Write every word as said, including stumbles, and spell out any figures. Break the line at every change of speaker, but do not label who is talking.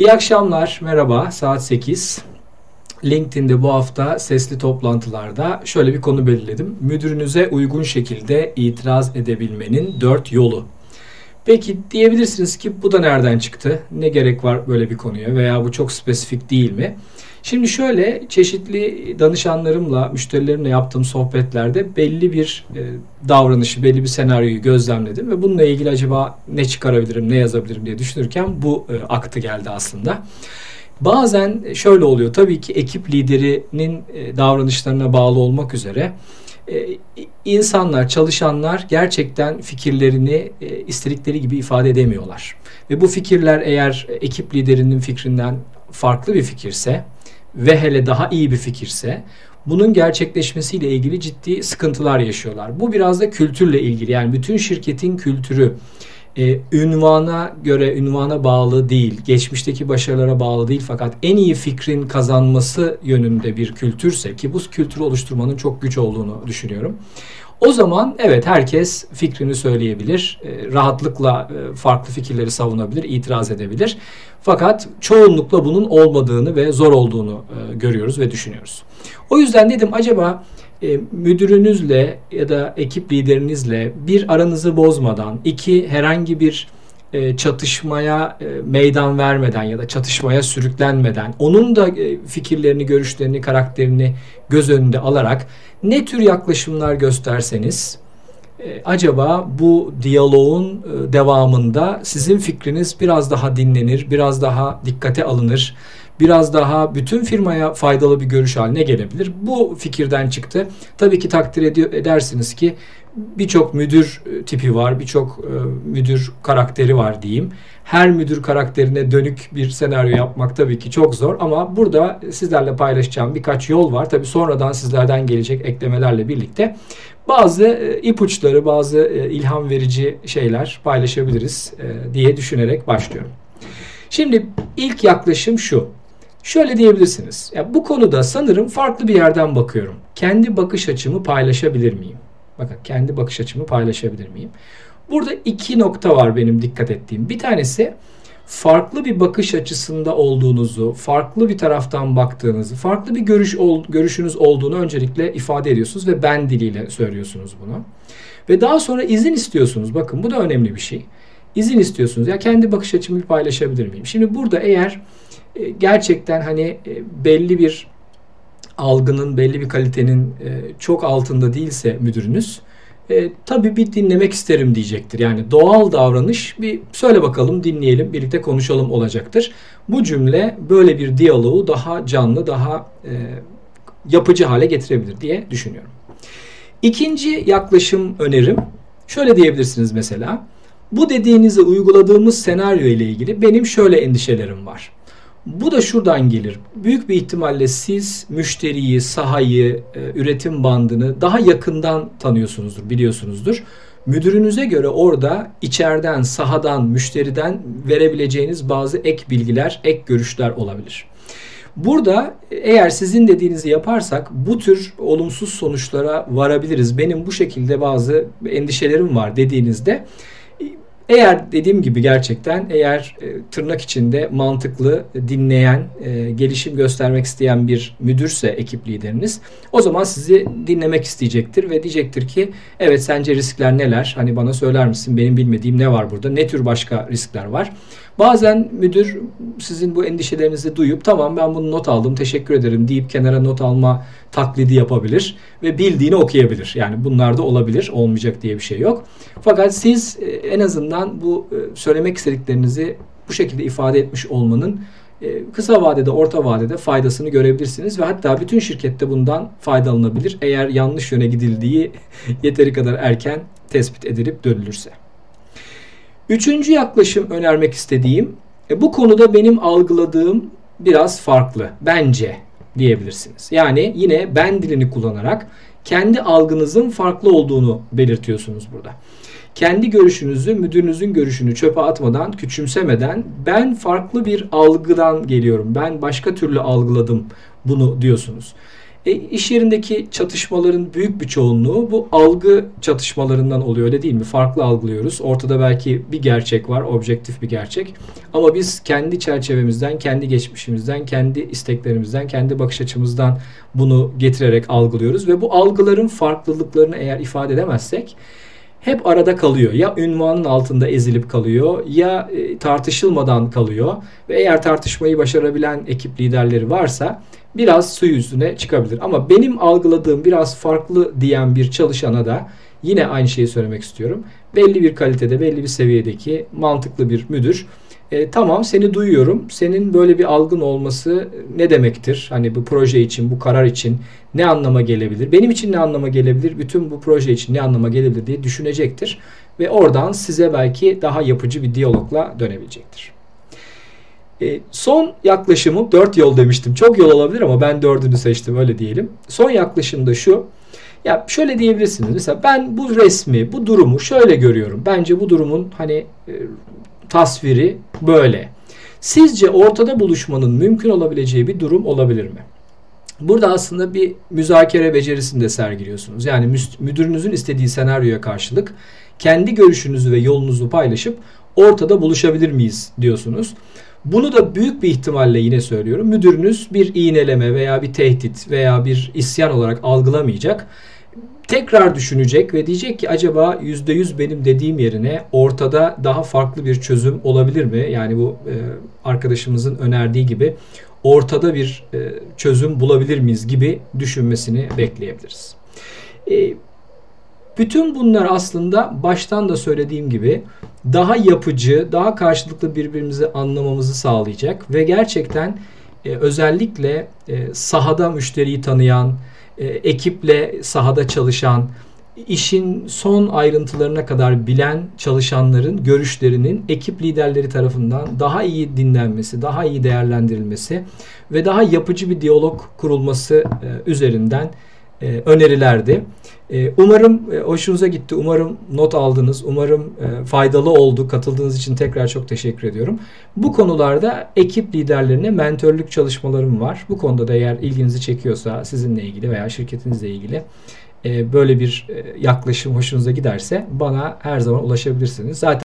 İyi akşamlar, merhaba. Saat sekiz. LinkedIn'de bu hafta sesli toplantılarda şöyle bir konu belirledim. Müdürünüze uygun şekilde itiraz edebilmenin dört yolu. Peki diyebilirsiniz ki bu da nereden çıktı? Ne gerek var böyle bir konuya veya bu çok spesifik değil mi? Şimdi şöyle, çeşitli danışanlarımla, müşterilerimle yaptığım sohbetlerde belli bir e, davranışı, belli bir senaryoyu gözlemledim ve bununla ilgili acaba ne çıkarabilirim, ne yazabilirim diye düşünürken bu e, aktı geldi aslında. Bazen şöyle oluyor, tabii ki ekip liderinin e, davranışlarına bağlı olmak üzere e, insanlar, çalışanlar gerçekten fikirlerini e, istedikleri gibi ifade edemiyorlar. Ve bu fikirler eğer ekip liderinin fikrinden farklı bir fikirse ve hele daha iyi bir fikirse bunun gerçekleşmesiyle ilgili ciddi sıkıntılar yaşıyorlar. Bu biraz da kültürle ilgili, yani bütün şirketin kültürü e, ünvana göre, ünvana bağlı değil, geçmişteki başarılara bağlı değil, fakat en iyi fikrin kazanması yönünde bir kültürse, ki bu kültürü oluşturmanın çok güç olduğunu düşünüyorum. O zaman evet, herkes fikrini söyleyebilir, rahatlıkla farklı fikirleri savunabilir, itiraz edebilir. Fakat çoğunlukla bunun olmadığını ve zor olduğunu görüyoruz ve düşünüyoruz. O yüzden dedim, acaba müdürünüzle ya da ekip liderinizle bir, aranızı bozmadan, iki, herhangi bir çatışmaya meydan vermeden ya da çatışmaya sürüklenmeden, onun da fikirlerini, görüşlerini, karakterini göz önünde alarak ne tür yaklaşımlar gösterseniz acaba bu diyaloğun devamında sizin fikriniz biraz daha dinlenir, biraz daha dikkate alınır, biraz daha bütün firmaya faydalı bir görüş haline gelebilir. Bu fikirden çıktı. Tabii ki takdir ediyor, edersiniz ki birçok müdür tipi var, birçok müdür karakteri var diyeyim. Her müdür karakterine dönük bir senaryo yapmak tabii ki çok zor, ama burada sizlerle paylaşacağım birkaç yol var. Tabii sonradan sizlerden gelecek eklemelerle birlikte bazı ipuçları, bazı ilham verici şeyler paylaşabiliriz diye düşünerek başlıyorum. Şimdi ilk yaklaşım şu. Şöyle diyebilirsiniz. Ya bu konuda sanırım farklı bir yerden bakıyorum. Kendi bakış açımı paylaşabilir miyim? Bakın, kendi bakış açımı paylaşabilir miyim? Burada iki nokta var benim dikkat ettiğim. Bir tanesi, farklı bir bakış açısında olduğunuzu, farklı bir taraftan baktığınızı, farklı bir görüş görüşünüz olduğunu öncelikle ifade ediyorsunuz ve ben diliyle söylüyorsunuz bunu. Ve daha sonra izin istiyorsunuz. Bakın, bu da önemli bir şey. İzin istiyorsunuz. Ya kendi bakış açımı paylaşabilir miyim? Şimdi burada eğer gerçekten hani belli bir algının, belli bir kalitenin çok altında değilse müdürünüz, e, tabii bir dinlemek isterim diyecektir. Yani doğal davranış, bir söyle bakalım, dinleyelim, birlikte konuşalım olacaktır. Bu cümle böyle bir diyaloğu daha canlı, daha e, yapıcı hale getirebilir diye düşünüyorum. İkinci yaklaşım önerim, şöyle diyebilirsiniz mesela: bu dediğinizi uyguladığımız senaryo ile ilgili benim şöyle endişelerim var. Bu da şuradan gelir. Büyük bir ihtimalle siz müşteriyi, sahayı, üretim bandını daha yakından tanıyorsunuzdur, biliyorsunuzdur. Müdürünüze göre orada içeriden, sahadan, müşteriden verebileceğiniz bazı ek bilgiler, ek görüşler olabilir. Burada eğer sizin dediğinizi yaparsak bu tür olumsuz sonuçlara varabiliriz. Benim bu şekilde bazı endişelerim var dediğinizde, eğer dediğim gibi gerçekten eğer e, tırnak içinde mantıklı, dinleyen, e, gelişim göstermek isteyen bir müdürse ekip lideriniz, o zaman sizi dinlemek isteyecektir ve diyecektir ki evet, sence riskler neler? Hani bana söyler misin? Benim bilmediğim ne var burada? Ne tür başka riskler var? Bazen müdür sizin bu endişelerinizi duyup tamam, ben bunu not aldım, teşekkür ederim deyip kenara not alma taklidi yapabilir ve bildiğini okuyabilir. Yani bunlar da olabilir, olmayacak diye bir şey yok. Fakat siz en azından bu söylemek istediklerinizi bu şekilde ifade etmiş olmanın kısa vadede, orta vadede faydasını görebilirsiniz ve hatta bütün şirkette bundan faydalanabilir eğer yanlış yöne gidildiği yeteri kadar erken tespit edilip dönülürse. Üçüncü yaklaşım önermek istediğim, bu konuda benim algıladığım biraz farklı bence diyebilirsiniz. Yani yine ben dilini kullanarak kendi algınızın farklı olduğunu belirtiyorsunuz burada. Kendi görüşünüzü, müdürünüzün görüşünü çöpe atmadan, küçümsemeden, ben farklı bir algıdan geliyorum, ben başka türlü algıladım bunu diyorsunuz. E, iş yerindeki çatışmaların büyük bir çoğunluğu bu algı çatışmalarından oluyor, öyle değil mi? Farklı algılıyoruz. Ortada belki bir gerçek var, objektif bir gerçek. Ama biz kendi çerçevemizden, kendi geçmişimizden, kendi isteklerimizden, kendi bakış açımızdan bunu getirerek algılıyoruz. Ve bu algıların farklılıklarını eğer ifade edemezsek hep arada kalıyor. Ya ünvanın altında ezilip kalıyor ya e, tartışılmadan kalıyor. Ve eğer tartışmayı başarabilen ekip liderleri varsa biraz su yüzüne çıkabilir. Ama benim algıladığım biraz farklı diyen bir çalışana da yine aynı şeyi söylemek istiyorum. Belli bir kalitede, belli bir seviyedeki mantıklı bir müdür. E, tamam, seni duyuyorum. Senin böyle bir algın olması ne demektir? Hani bu proje için, bu karar için ne anlama gelebilir? Benim için ne anlama gelebilir? Bütün bu proje için ne anlama gelebilir diye düşünecektir. Ve oradan size belki daha yapıcı bir diyalogla dönebilecektir. E, son yaklaşımım, dört yol demiştim. Çok yol olabilir ama ben dördünü seçtim, öyle diyelim. Son yaklaşım da şu. Ya şöyle diyebilirsiniz. Mesela ben bu resmi, bu durumu şöyle görüyorum. Bence bu durumun hani e, tasviri böyle. Sizce ortada buluşmanın mümkün olabileceği bir durum olabilir mi? Burada aslında bir müzakere becerisini de sergiliyorsunuz. Yani müdürünüzün istediği senaryoya karşılık kendi görüşünüzü ve yolunuzu paylaşıp ortada buluşabilir miyiz diyorsunuz. Bunu da büyük bir ihtimalle yine söylüyorum. Müdürünüz bir iğneleme veya bir tehdit veya bir isyan olarak algılamayacak. Tekrar düşünecek ve diyecek ki acaba yüzde yüz benim dediğim yerine ortada daha farklı bir çözüm olabilir mi? Yani bu e, arkadaşımızın önerdiği gibi ortada bir e, çözüm bulabilir miyiz gibi düşünmesini bekleyebiliriz. E, bütün bunlar aslında baştan da söylediğim gibi daha yapıcı, daha karşılıklı birbirimizi anlamamızı sağlayacak ve gerçekten e, özellikle e, sahada müşteriyi tanıyan, e, ekiple sahada çalışan, işin son ayrıntılarına kadar bilen çalışanların görüşlerinin ekip liderleri tarafından daha iyi dinlenmesi, daha iyi değerlendirilmesi ve daha yapıcı bir diyalog kurulması e, üzerinden e, önerilerdi. E, umarım e, hoşunuza gitti, umarım not aldınız, umarım e, faydalı oldu. Katıldığınız için tekrar çok teşekkür ediyorum. Bu konularda ekip liderlerine mentörlük çalışmalarım var. Bu konuda da eğer ilginizi çekiyorsa sizinle ilgili veya şirketinizle ilgili böyle bir yaklaşım hoşunuza giderse bana her zaman ulaşabilirsiniz. Zaten